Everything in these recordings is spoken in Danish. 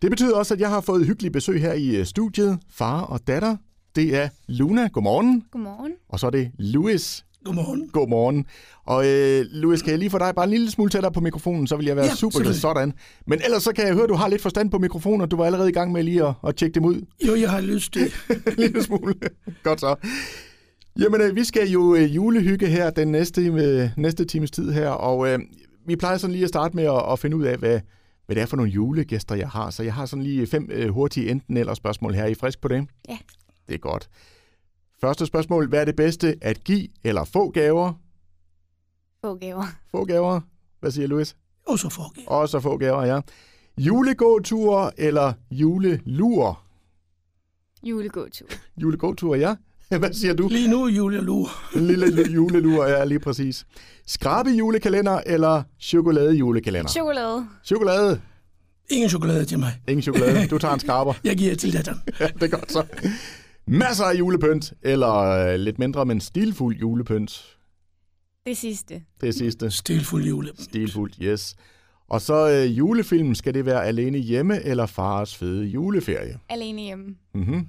Det betyder også, at jeg har fået hyggelig besøg her i studiet. Far og datter. Det er Luna. Godmorgen. Godmorgen. Og så er det Louis. Godmorgen. Godmorgen. Og Louis, kan jeg lige få dig bare en lille smule tættere på mikrofonen, så vil jeg være super glad. Sådan. Men ellers så kan jeg høre, at du har lidt forstand på mikrofonen, og du var allerede i gang med lige at tjekke dem ud. Jo, jeg har lyst til. En lille smule. Godt så. Jamen, vi skal jo julehygge her den næste times tid her, og vi plejer sådan lige at starte med at finde ud af, hvad det er for nogle julegæster, jeg har. Så jeg har sådan lige 5 hurtige enten eller spørgsmål her. Er I frisk på det? Ja. Det er godt. Første spørgsmål. Hvad er det bedste, at give eller få gaver? Få gaver. Få gaver. Hvad siger Louis? Også få gaver. Også få gaver, ja. Julegåtur eller julelur? Julegåtur. Julegåtur, ja. Hvad siger du? Lige nu julelur. En lille julelur, ja, lige præcis. Skrabe julekalender eller chokolade julekalender? Chokolade. Chokolade. Ingen chokolade til mig. Ingen chokolade. Du tager en skraber. Jeg giver til datteren. Ja, det er godt så. Masser af julepynt, eller lidt mindre, men stilfuld julepynt? Det sidste. Det sidste. Stilfuld julepynt. Stilfuldt, yes. Og så julefilm, skal det være alene hjemme, eller fars fede juleferie? Alene hjemme. Mhm.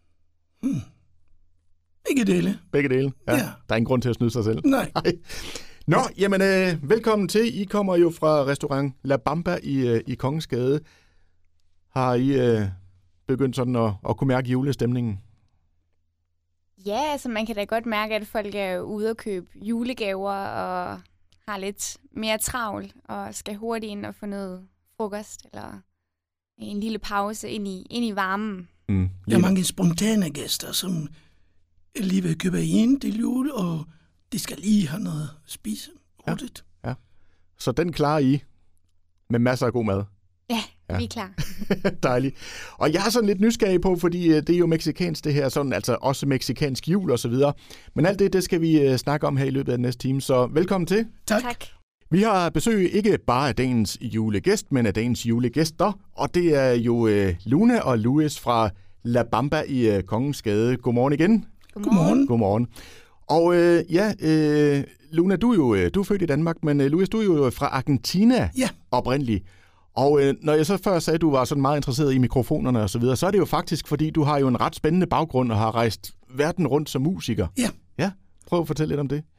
Begge dele. Begge dele? Ja. Der er ingen grund til at snyde sig selv. Nej. Nå, jamen, velkommen til. I kommer jo fra restaurant La Bamba i Kongens Gade. Har I begyndt sådan at kunne mærke julestemningen? Ja, altså man kan da godt mærke, at folk er ude og købe julegaver og har lidt mere travlt og skal hurtigt ind og få noget frokost eller en lille pause ind i varmen. Der er mange spontane gæster, som lige vil købe ind til jul, og de skal lige have noget at spise hurtigt. Ja. Så den klarer I med masser af god mad? Ja, vi er klar. Dejligt. Og jeg er sådan lidt nysgerrig på, fordi det er jo mexikansk det her, sådan, altså også mexikansk jul og så videre. Men alt det skal vi snakke om her i løbet af den næste time, så velkommen til. Tak. Vi har besøg ikke bare af dagens julegæst, men af dagens julegæster, og det er jo Luna og Louis fra La Bamba i Kongens Gade. Godmorgen igen. Godmorgen. Godmorgen. Og Luna, du er født i Danmark, men Louis, du er jo fra Argentina oprindeligt. Og når jeg så før sagde, at du var sådan meget interesseret i mikrofonerne og så videre, så er det jo faktisk, fordi du har jo en ret spændende baggrund og har rejst verden rundt som musiker. Ja. Ja, prøv at fortælle lidt om det.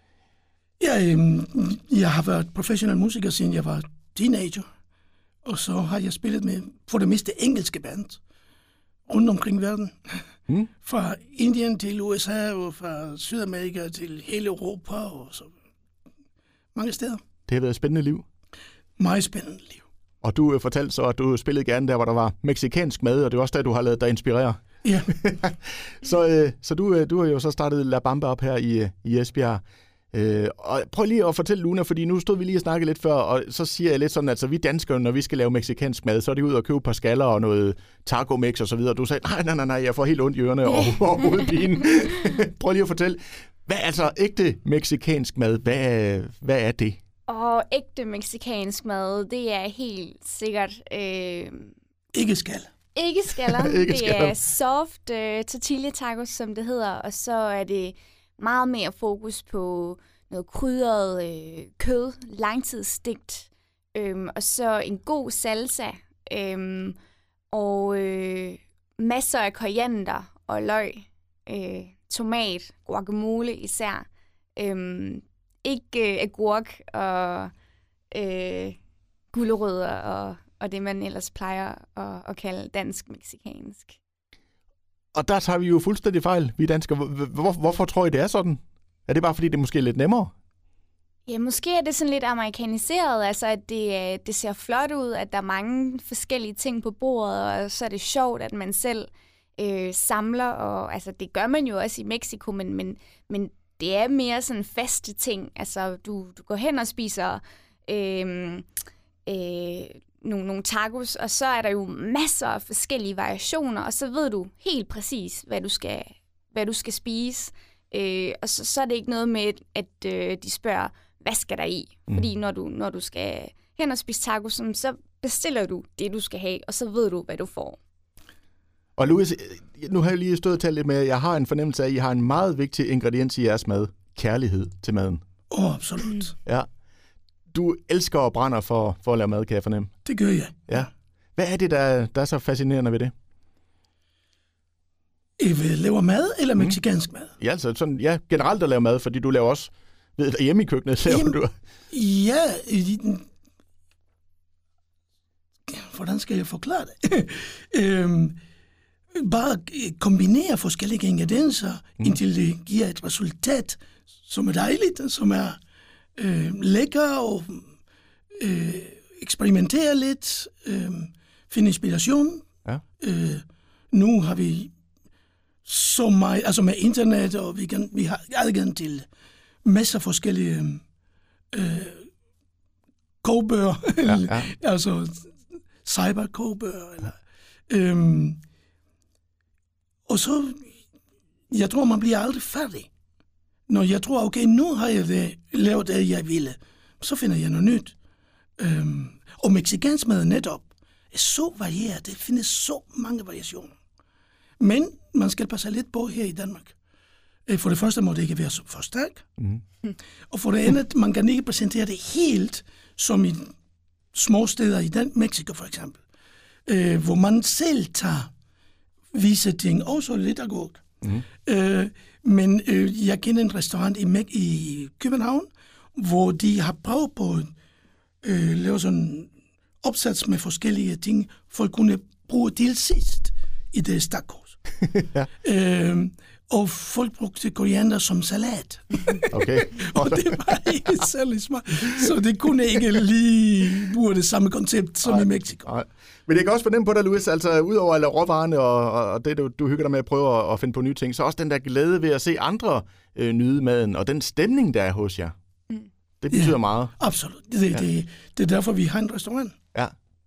Jeg har været professionel musiker, siden jeg var teenager. Og så har jeg spillet med for det meste engelske band rundt omkring verden. Fra Indien til USA og fra Sydamerika til hele Europa og så mange steder. Det har været et spændende liv. Meget spændende liv. Og du fortalte så, at du spillede gerne der, hvor der var mexikansk mad, og det er også der, du har ladet dig inspirere. Ja. så du har jo så startet La Bamba op her i Esbjerg. Og prøv lige at fortælle Luna, fordi nu stod vi lige og snakkede lidt før, og så siger jeg lidt sådan, altså vi danskere, når vi skal lave mexikansk mad, så er det ud og købe et par skaller og noget taco mix og så videre. Du sagde, nej, jeg får helt ondt i ørerne og hovedpine. Prøv lige at fortælle, hvad er altså ægte mexikansk mad? Hvad er det? Og ægte mexikansk mad, det er helt sikkert... Ikke skal. Ikke skaller. Ikke det skaller. er soft tortilla tacos, som det hedder, og så er det meget mere fokus på noget krydret kød, langtidsstegt, og så en god salsa, og masser af koriander og løg, tomat, guacamole især, ikke agurk og gulerødder og det, man ellers plejer at kalde dansk-mexikansk. Og der tager vi jo fuldstændig fejl, vi danskere. Hvorfor tror I, det er sådan? Er det bare, fordi det er måske lidt nemmere? Ja, måske er det sådan lidt amerikaniseret, altså at det ser flot ud, at der er mange forskellige ting på bordet, og så er det sjovt, at man selv samler, og altså det gør man jo også i Mexico, men det er mere sådan faste ting. Altså du går hen og spiser nogle tacos, og så er der jo masser af forskellige variationer, og så ved du helt præcis, hvad du skal spise. Og så er det ikke noget med, at de spørger, hvad skal der i? Fordi når du skal hen og spise tacos, så bestiller du det, du skal have, og så ved du, hvad du får. Og Louis, nu har jeg lige stået og talt lidt med, jeg har en fornemmelse af, at I har en meget vigtig ingrediens i jeres mad. Kærlighed til maden. Absolut. Ja. Du elsker og brænder for at lave mad, kan jeg fornemme. Det gør jeg. Ja. Hvad er det, der er så fascinerende ved det? Laver mad eller mexicansk mad? Ja, altså sådan, ja, generelt at lave mad, fordi du laver også hjemme i køkkenet. Du. Ja, hvordan skal jeg forklare det? Bare kombinere forskellige ingredienser, indtil det giver et resultat, som er dejligt, som er lækker og eksperimentere lidt, finde inspiration. Ja. Nu har vi så meget, altså med internet, og vi har adgang til masser af forskellige kogebøger, ja. Altså cyberkogebøger. Eller, og så, jeg tror, man bliver aldrig færdig. Når jeg tror, okay, nu har jeg lavet det, jeg ville, så finder jeg noget nyt. Og mexicansk mad netop er så varieret. Det findes så mange variationer. Men man skal passe lidt på her i Danmark. For det første må det ikke være for stærkt. Og for det andet, man kan ikke præsentere det helt som i små steder i Mexico for eksempel. Hvor man selv tager visse ting, også lidt agurk. Men jeg kender en restaurant i København, hvor de har prøvet på at lave sådan en opsats med forskellige ting, folk kunne bruge til sidst i det stakos. Ja. Og folk brugte koriander som salat. Okay. Og det var ikke særlig smart. Så det kunne ikke lige bruge det samme koncept som i Mexico. Nej. Men det kan også fornemme på dig, Louis, altså udover alle råvarerne og det, du hygger dig med at prøve at finde på nye ting, så også den der glæde ved at se andre nyde maden, og den stemning, der er hos jer. Det betyder meget. Absolut. Det er derfor, vi har en restaurant. Ja.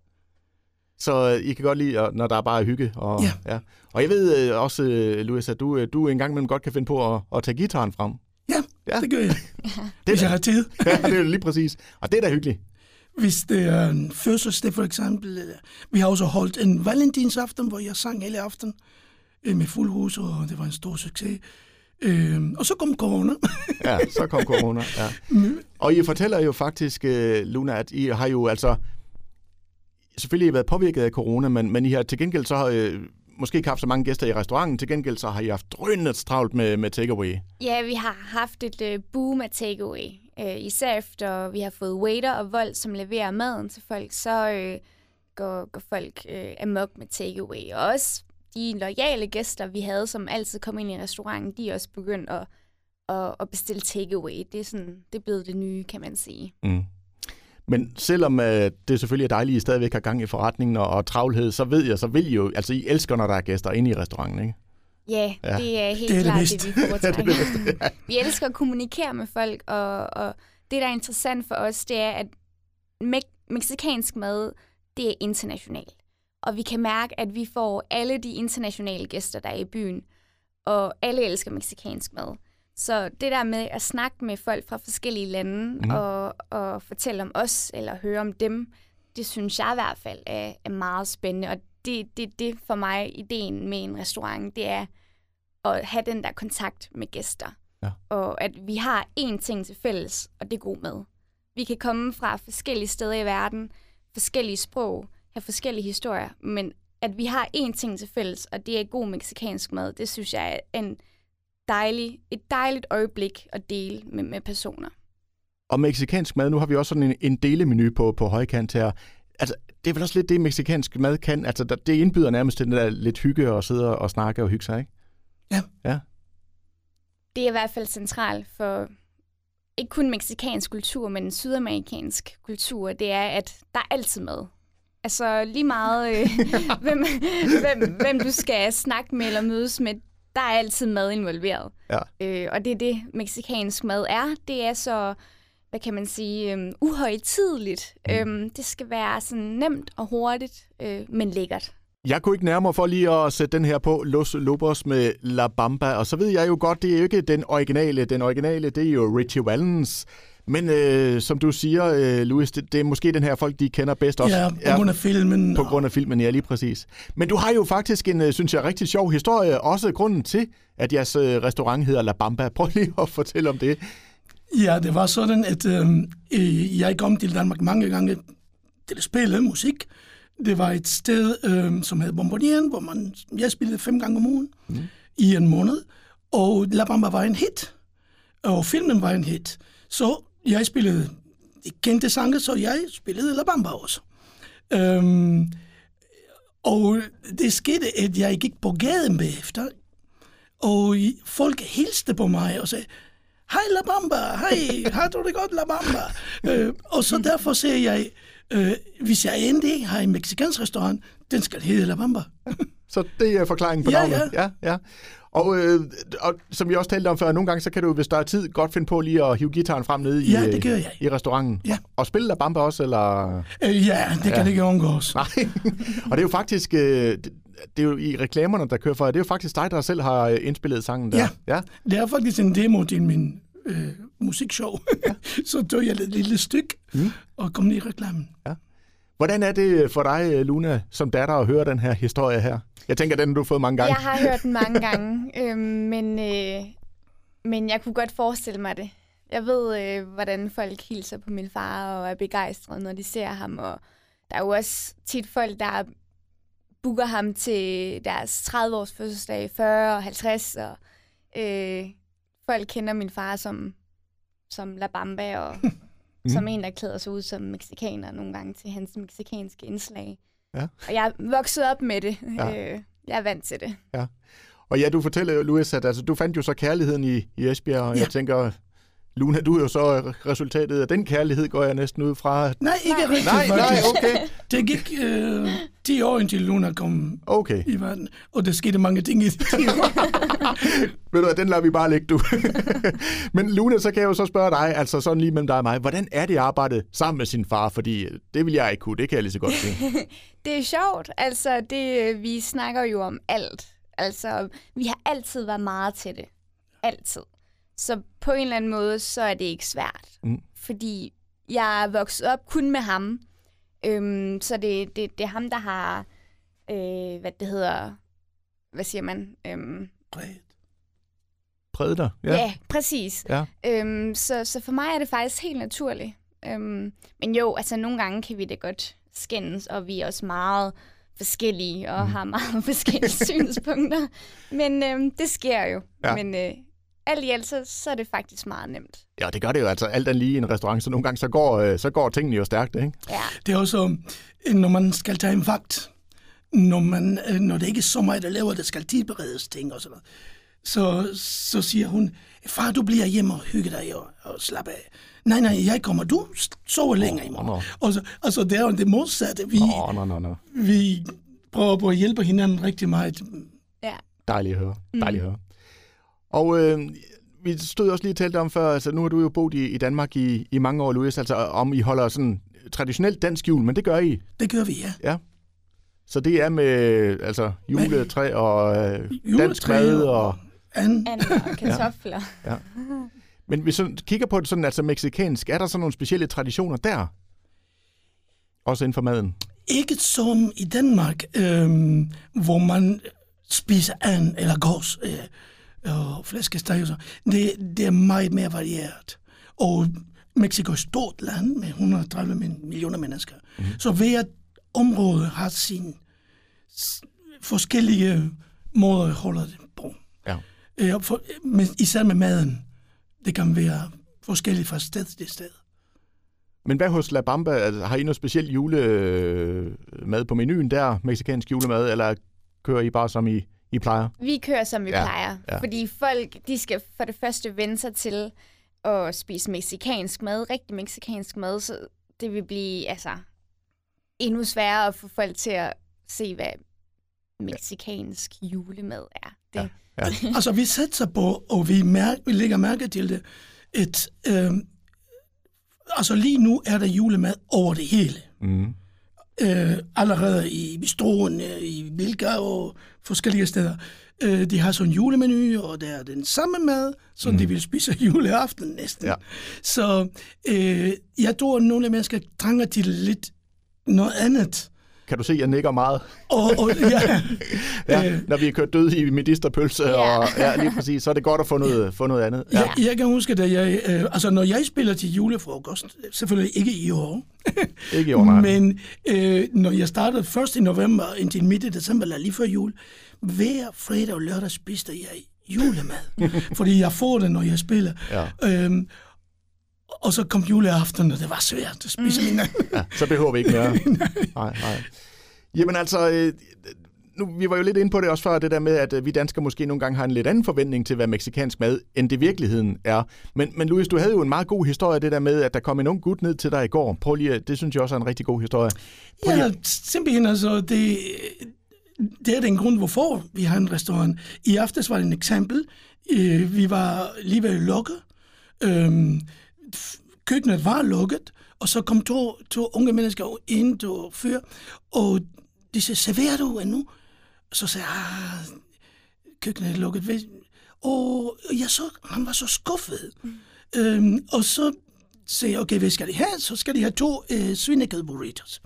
Så I kan godt lide, når der bare er hygge. Og jeg ved også, Louis, at du en gang imellem godt kan finde på at tage gitaren frem. Ja, det gør jeg. Hvis jeg har tid. Ja, det er lige præcis. Og det er da hyggeligt. Hvis det er en fødselsdag for eksempel. Vi har også holdt en valentinsaften, hvor jeg sang hele aften med fuld hus, og det var en stor succes. Og så kom corona. Ja, så kom corona, ja. Og I fortæller jo faktisk, Luna, at I har jo altså selvfølgelig været påvirket af corona, men I har til gengæld så har måske ikke haft så mange gæster i restauranterne. Til gengæld så har I haft drønnet travlt med takeaway. Ja, vi har haft et boom af takeaway. Især efter vi har fået waiter og Volt, som leverer maden til folk, så går folk amok med takeaway. Og også de loyale gæster, vi havde, som altid kom ind i restauranten, de er også begyndt at bestille takeaway. Det er blevet det nye, kan man sige. Men selvom det selvfølgelig er dejligt, at I stadigvæk har gang i forretningen og travlhed, så ved jeg, så vil I jo, altså I elsker, når der er gæster inde i restauranten, ikke? Ja, det er helt klart det, vi foretrækker. Vi elsker at kommunikere med folk, og det, der er interessant for os, det er, at mexicansk mad, det er internationalt. Og vi kan mærke, at vi får alle de internationale gæster, der er i byen, og alle elsker mexicansk mad. Så det der med at snakke med folk fra forskellige lande og fortælle om os eller høre om dem, det synes jeg i hvert fald er meget spændende. Og det for mig, ideen med en restaurant, det er at have den der kontakt med gæster. Ja. Og at vi har én ting til fælles, og det er god mad. Vi kan komme fra forskellige steder i verden, forskellige sprog, have forskellige historier, men at vi har én ting til fælles, og det er god mexicansk mad, det synes jeg er et dejligt øjeblik at dele med personer. Og mexicansk mad, nu har vi også sådan en delemenu på højkant her. Altså, det er vel også lidt det, mexicansk mad kan. Altså, det indbyder nærmest til den der lidt hygge og sidde og snakke og hygge sig, ikke? Ja. Det er i hvert fald centralt for ikke kun mexicansk kultur, men sydamerikansk kultur. Det er, at der er altid mad. Altså, lige meget hvem du skal snakke med eller mødes med, der er altid mad involveret. Ja. Og det er det, mexicansk mad er. Det er så, hvad kan man sige, uhøjtideligt. Det skal være sådan nemt og hurtigt, men lækkert. Jeg kunne ikke nærmere for lige at sætte den her på, Los Lobos med La Bamba. Og så ved jeg jo godt, det er jo ikke den originale. Den originale, det er jo Richie Valens. Men som du siger, Louis, det er måske den her folk, de kender bedst også. Ja, på grund af filmen. På grund af filmen, ja, lige præcis. Men du har jo faktisk en, synes jeg, rigtig sjov historie. Også grunden til, at jeres restaurant hedder La Bamba. Prøv lige at fortælle om det. Ja, det var sådan, at jeg kom til Danmark mange gange til at spille musik. Det var et sted, som hed Bombonieren, hvor jeg spillede 5 gange om ugen i en måned, og La Bamba var en hit, og filmen var en hit. Så jeg spillede de kendte sange, så jeg spillede La Bamba også. Og det skete, at jeg gik på gaden bagefter, og folk hilste på mig og sagde, hej La Bamba, hej, har du det godt La Bamba? Og så derfor siger jeg, hvis jeg endelig har en mexicansk restaurant, den skal hedde La Bamba. Så det er forklaringen på navnet? Ja. Og som vi også talte om før, nogle gange, så kan du, hvis der er tid, godt finde på lige at hive gitaren frem nede i restauranten. Ja. Og spille La Bamba også, eller? Det kan ikke undgås. Nej, og det er jo faktisk, det er jo i reklamerne, der kører for, det er jo faktisk dig, der selv har indspillet sangen der. Ja. Det er faktisk en demo til min musikshow. Så tog jeg et lille stykke og kom ned i reklamen. Ja. Hvordan er det for dig, Luna, som datter, at høre den her historie her? Jeg tænker, den har du fået mange gange. Jeg har hørt den mange gange, men jeg kunne godt forestille mig det. Jeg ved, hvordan folk hilser på min far og er begejstrede, når de ser ham. Og der er jo også tit folk, der booker ham til deres 30-års fødselsdag, 40 og 50. Og, folk kender min far som La Bamba og som en, der klæder sig ud som mexikaner nogle gange til hans mexikanske indslag. Ja. Og jeg er vokset op med det. Ja. Jeg er vant til det. Ja. Og ja, du fortæller jo, Louis, at altså, du fandt jo så kærligheden i Esbjerg, og jeg tænker, Luna, du er jo så resultatet af den kærlighed, går jeg næsten ud fra. Nej, ikke rigtigt. Nej, okay. Det gik 10 år, indtil Luna kom i verden, og der skete mange ting i 10 år. Ved du hvad, den lader vi bare ligge, du. Men Luna, så kan jeg jo så spørge dig, altså sådan lige mellem dig og mig, hvordan er det at arbejde sammen med sin far? Fordi det vil jeg ikke kunne, det kan jeg lige så godt se. Det er sjovt, altså vi snakker jo om alt. Altså, vi har altid været meget til det. Altid. Så på en eller anden måde, så er det ikke svært. Fordi jeg er vokset op kun med ham. Så det er ham, der har, hvad siger man? Præget dig? Ja, præcis. Ja. Så for mig er det faktisk helt naturligt. Men jo, altså nogle gange kan vi det godt skændes, og vi er også meget forskellige, og har meget forskellige synspunkter. Men det sker jo. Ja. Men alt i alt, så er det faktisk meget nemt. Ja, det gør det jo. Altså alt andet lige i en restaurant, så nogle gange så går tingene jo stærkt, ikke? Ja. Det er også, når man skal tage en vagt, når det ikke er så meget, der laver, der skal tilberedes ting og sådan noget, så siger hun, far, du bliver hjemme og hygge dig og slappe af. Nej, jeg kommer, du sover længere i morgen. Og så det er jo det modsatte. Vi prøver på at hjælpe hinanden rigtig meget. Ja. Dejligt at høre. Og vi stod også lige og talte om før, altså nu har du jo boet i Danmark i mange år, Louis, altså om I holder sådan traditionelt dansk jul, men det gør I? Det gør vi, ja. Så det er med altså juletræ og dansk mad og and og kartofler. Ja. Men hvis vi kigger på det sådan, altså mexicansk, er der så nogle specielle traditioner der? Også inden for maden? Ikke som i Danmark, hvor man spiser and eller gås og flæskesteg og så. Det er meget mere varieret. Og Mexico er et stort land med 130 millioner mennesker. Så hver område har sine forskellige måder at holde det på. Ja. Især med maden. Det kan være forskelligt fra sted til sted. Men hvad hos La Bamba? Altså, har I noget specielt julemad på menuen der? Mexicansk julemad? Eller kører I bare som I plejer? Vi kører som vi plejer. Ja. Fordi folk, de skal for det første vende sig til at spise mexicansk mad. Rigtig mexicansk mad. Så det vil blive endnu sværere at få folk til at se, hvad mexicansk julemad er. Det. Ja. Altså, vi sætter på, og vi lægger mærke til det, at altså lige nu er der julemad over det hele. Allerede i bistroen, i Bilka og forskellige steder. De har sådan en julemenu, og der er den samme mad, som de vil spise juleaften næsten. Ja. Så jeg tror, at nogle mennesker trænger til lidt noget andet, Kan du se, jeg nikker meget? Ja. Når vi har kørt død i medisterpølse, og lige præcis, så er det godt at få noget andet. Ja. Jeg kan huske, at når jeg spiller til julefrokost, selvfølgelig ikke i år, ikke i år, nej. Men når jeg startede 1. november indtil midt i december, eller lige før jul, hver fredag og lørdag spiste jeg julemad, fordi jeg får det, når jeg spiller. Ja. Og så kom juleaften, og det var svært at spise min. Ja, så behøver vi ikke mere. Nej. Jamen altså, vi var jo lidt inde på det også før, det der med, at vi danskere måske nogle gange har en lidt anden forventning til, hvad mexicansk mad, end det virkeligheden er. Men Louis, du havde jo en meget god historie, det der med, at der kom en ung gut ned til dig i går. Prøv lige, det synes jeg også er en rigtig god historie. Ja, simpelthen altså, det er den grund, hvorfor vi har en restaurant. I aftes var det en eksempel. Vi var lige ved at lukke. Køkkenet var lukket, og så kom to unge mennesker ind og fyr, og de sagde, serverer du endnu? Så sagde jeg, køkkenet er lukket. Og jeg så, han var så skuffet. Og så sagde jeg, okay, hvad skal de have? Så skal de have 2 svinekød-burritos.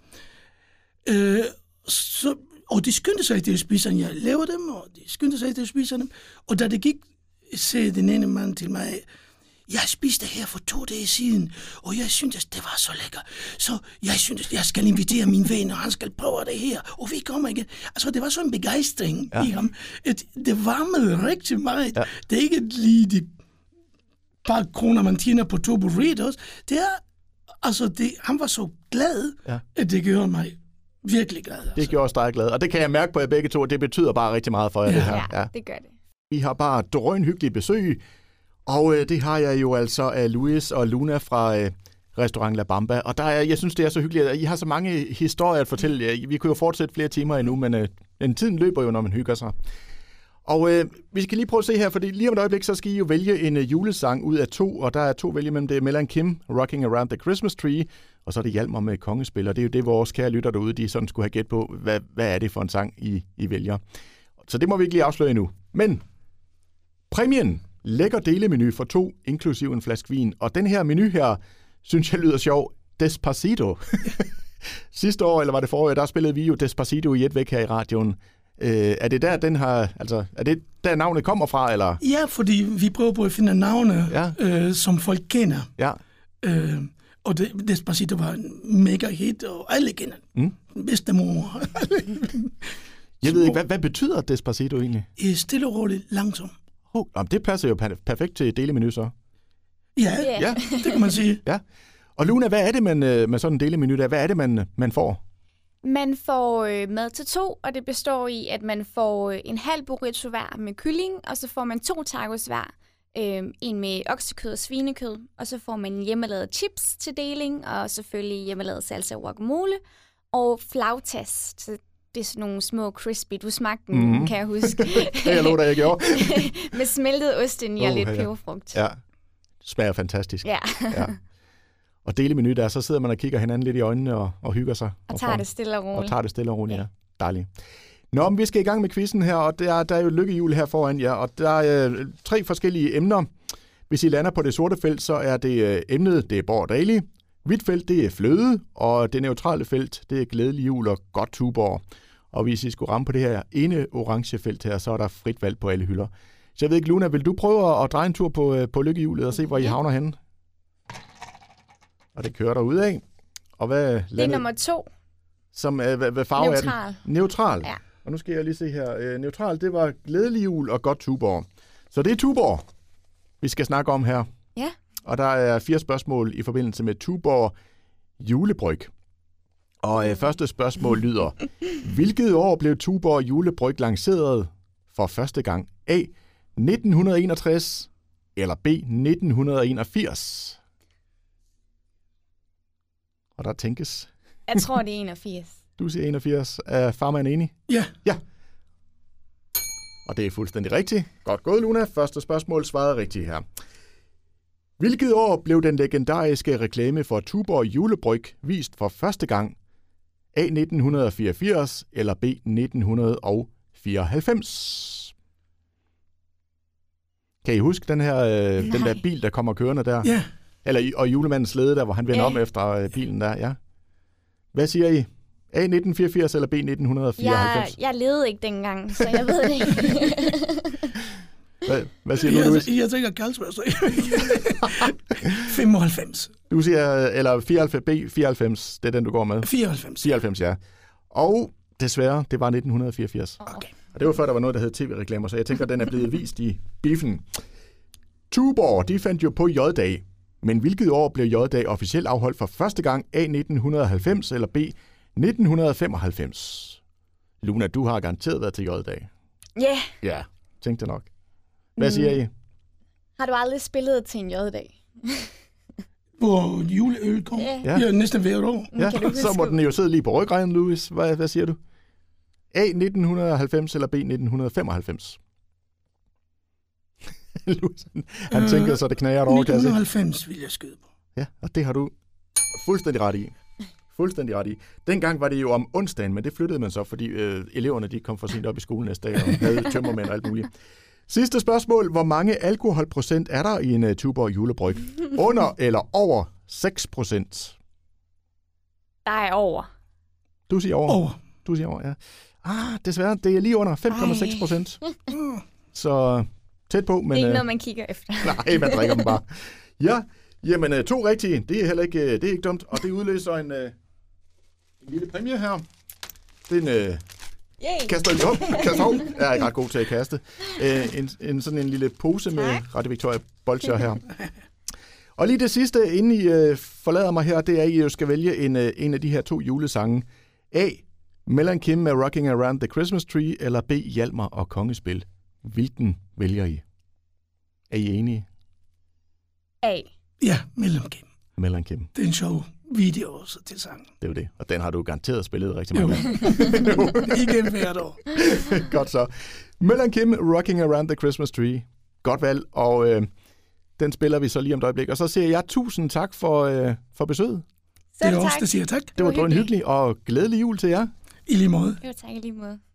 Og de skyndte sig til at spise dem. Jeg lavede dem, og de skyndte sig til at spise dem. Og da det gik, sagde den ene mand til mig, jeg spiste her for 2 dage siden, og jeg syntes, det var så lækker. Så jeg synes, jeg skal invitere min ven, og han skal prøve det her, og vi kommer igen. Altså, det var så en begejstring i ham. Det varmede rigtig meget. Ja. Det er ikke lige de par kroner, man tjener på 2 burritos. Det er, altså, han var så glad, at det gjorde mig virkelig glad. Altså. Det gjorde også dig glad, og det kan jeg mærke på jer begge to, og det betyder bare rigtig meget for jer, det her. Ja, det gør det. Vi har bare drønhyggelige besøg. Og det har jeg jo altså af Louis og Luna fra Restaurant La Bamba. Og jeg synes, det er så hyggeligt, at I har så mange historier at fortælle. Vi kunne jo fortsætte flere timer endnu, men tiden løber jo, når man hygger sig. Og vi skal lige prøve at se her, fordi lige om et øjeblik, så skal I jo vælge en julesang ud af 2, og der er 2 vælge mellem det. Mellan Kim, Rocking Around the Christmas Tree, og så er det Hjalmar med Kongespil. Og det er jo det, vores kære lytter derude, de sådan skulle have gæt på, hvad er det for en sang, I vælger. Så det må vi ikke lige afsløre endnu. Men præmien, lækker delemenu for 2, inklusiv en flaske vin. Og den her menu her, synes jeg lyder sjov. Despacito. Sidste år, eller var det forrige, der spillede vi jo Despacito i et væk her i radioen. Er det der, er det der navnet kommer fra, eller? Ja, fordi vi prøver på at finde navne, som folk kender. Ja. Og Despacito var en mega hit, og alle kender den. Bedstemor. Jeg ved ikke, hvad betyder Despacito egentlig? Stille og roligt, langsomt. Det passer jo perfekt til delemenu så. Ja, det kan man sige. Ja. Og Luna, hvad er det med sådan en delemenu der? Hvad er det, man får? Man får mad til 2, og det består i, at man får en halv burrito hver med kylling, og så får man 2 tacos hver. En med oksekød og svinekød, og så får man hjemmelavet chips til deling, og selvfølgelig hjemmelavet salsa og guacamole, og flautas. Det er sådan nogle små crispy. Du smagte den, kan jeg huske. Det jeg lå, da jeg gjorde. Med smeltet ost ind i og lidt peberfrugt. Ja, smager fantastisk. Ja. Og delemenu der, så sidder man og kigger hinanden lidt i øjnene og hygger sig. Og tager det stille og roligt. Ja. Dejligt. Nå, men vi skal i gang med quizzen her, og der er jo lykkehjul her foran jer, og der er 3 forskellige emner. Hvis I lander på det sorte felt, så er det emnet, det er Borg Daily. Hvidt felt, det er fløde, og det neutrale felt, det er glædelig jul og godt Tuborg. Og hvis I skulle ramme på det her ene orange felt her, så er der frit valg på alle hylder. Så jeg ved ikke, Luna, vil du prøve at dreje en tur på lykkehjulet og se, hvor I havner henne? Og det kører der ud af. Og hvad det er nummer 2. Som, hvad farve neutral. er den? Neutral. Ja. Og nu skal jeg lige se her. Neutral, det var glædelig jul og godt Tuborg. Så det er Tuborg, vi skal snakke om her. Ja. Og der er 4 spørgsmål i forbindelse med Tuborg julebryg. Og første spørgsmål lyder, hvilket år blev Tuborg julebryg lanceret for første gang? A. 1961 eller B. 1981? Og der tænkes. Jeg tror, det er 81. Du siger 81. Er farmand enig? Ja. Ja. Og det er fuldstændig rigtigt. Godt gået, Luna. Første spørgsmål svarede rigtigt her. Hvilket år blev den legendariske reklame for Tuborg julebryg vist for første gang? A. 1984 eller B. 1994? Kan I huske den her den der bil, der kommer kørende der? Ja. Og julemandens slæde der, hvor han vender om efter bilen der, ja. Hvad siger I? A 1984 eller B 1994? Jeg levede ikke dengang, så jeg ved det ikke. Hvad siger du, Louis? Jeg tænker Carlsberg, så 95. Du siger, eller 94, B 94, det er den, du går med? 94. 94, ja. Og desværre, det var 1984. Okay. Og det var før, der var noget, der hed tv-reklamer, så jeg tænker, den er blevet vist i biffen. Tuborg, de fandt jo på J-dag. Men hvilket år blev J-dag officielt afholdt for første gang? A 1990 eller B 1995? Luna, du har garanteret været til J-dag. Ja. Yeah. Ja, tænkte nok. Hvad siger I? Har du aldrig spillet til en J-dag? Hvor juleøl kom? Ja, næsten hvert år. Ja, så må den jo sidde lige på ryggraden, Louis. Hvad siger du? A 1990 eller B 1995? Louis, han tænker så, det knager over. 1990 vil jeg skyde på. Ja, og det har du fuldstændig ret i. Fuldstændig ret i. Dengang var det jo om onsdagen, men det flyttede man så, fordi eleverne de kom for sent op i skolen næste dag og havde tømmermænd og alt muligt. Sidste spørgsmål. Hvor mange alkoholprocent er der i en Tuborg julebryg? Under eller over 6%? Der er over. Du siger over. Over. Du siger over, ja. Desværre, det er lige under 5,6%. Så tæt på, men... Det er ikke noget, man kigger efter. Nej, man drikker dem bare. Ja, jamen 2 rigtige, det er heller ikke, det er ikke dumt, og det udløser en lille præmie her. Den kaster lidt op. Jeg er ikke ret god til at kaste. Sådan en lille pose med Radio Victoria bolcher her. Og lige det sidste, inden I forlader mig her, det er, at I jo skal vælge en af de her 2 julesange. A. Melon Kim med Rocking Around the Christmas Tree, eller B. Hjalmar og Kongespil. Hvilken vælger I? Er I enige? A. Ja, Melon Kim. Melon Kim. Det er en sjov video også til sangen. Det er jo det, og den har du garanteret spillet rigtig mange gange. Igen hvert år. Godt så. Melon Kim, Rocking Around the Christmas Tree. Godt valg, og den spiller vi så lige om et øjeblik. Og så siger jeg tusind tak for besøget. Det er også, der siger tak. Det var drøn hyggeligt, og glædelig jul til jer. I lige måde. Jo, tak i lige måde.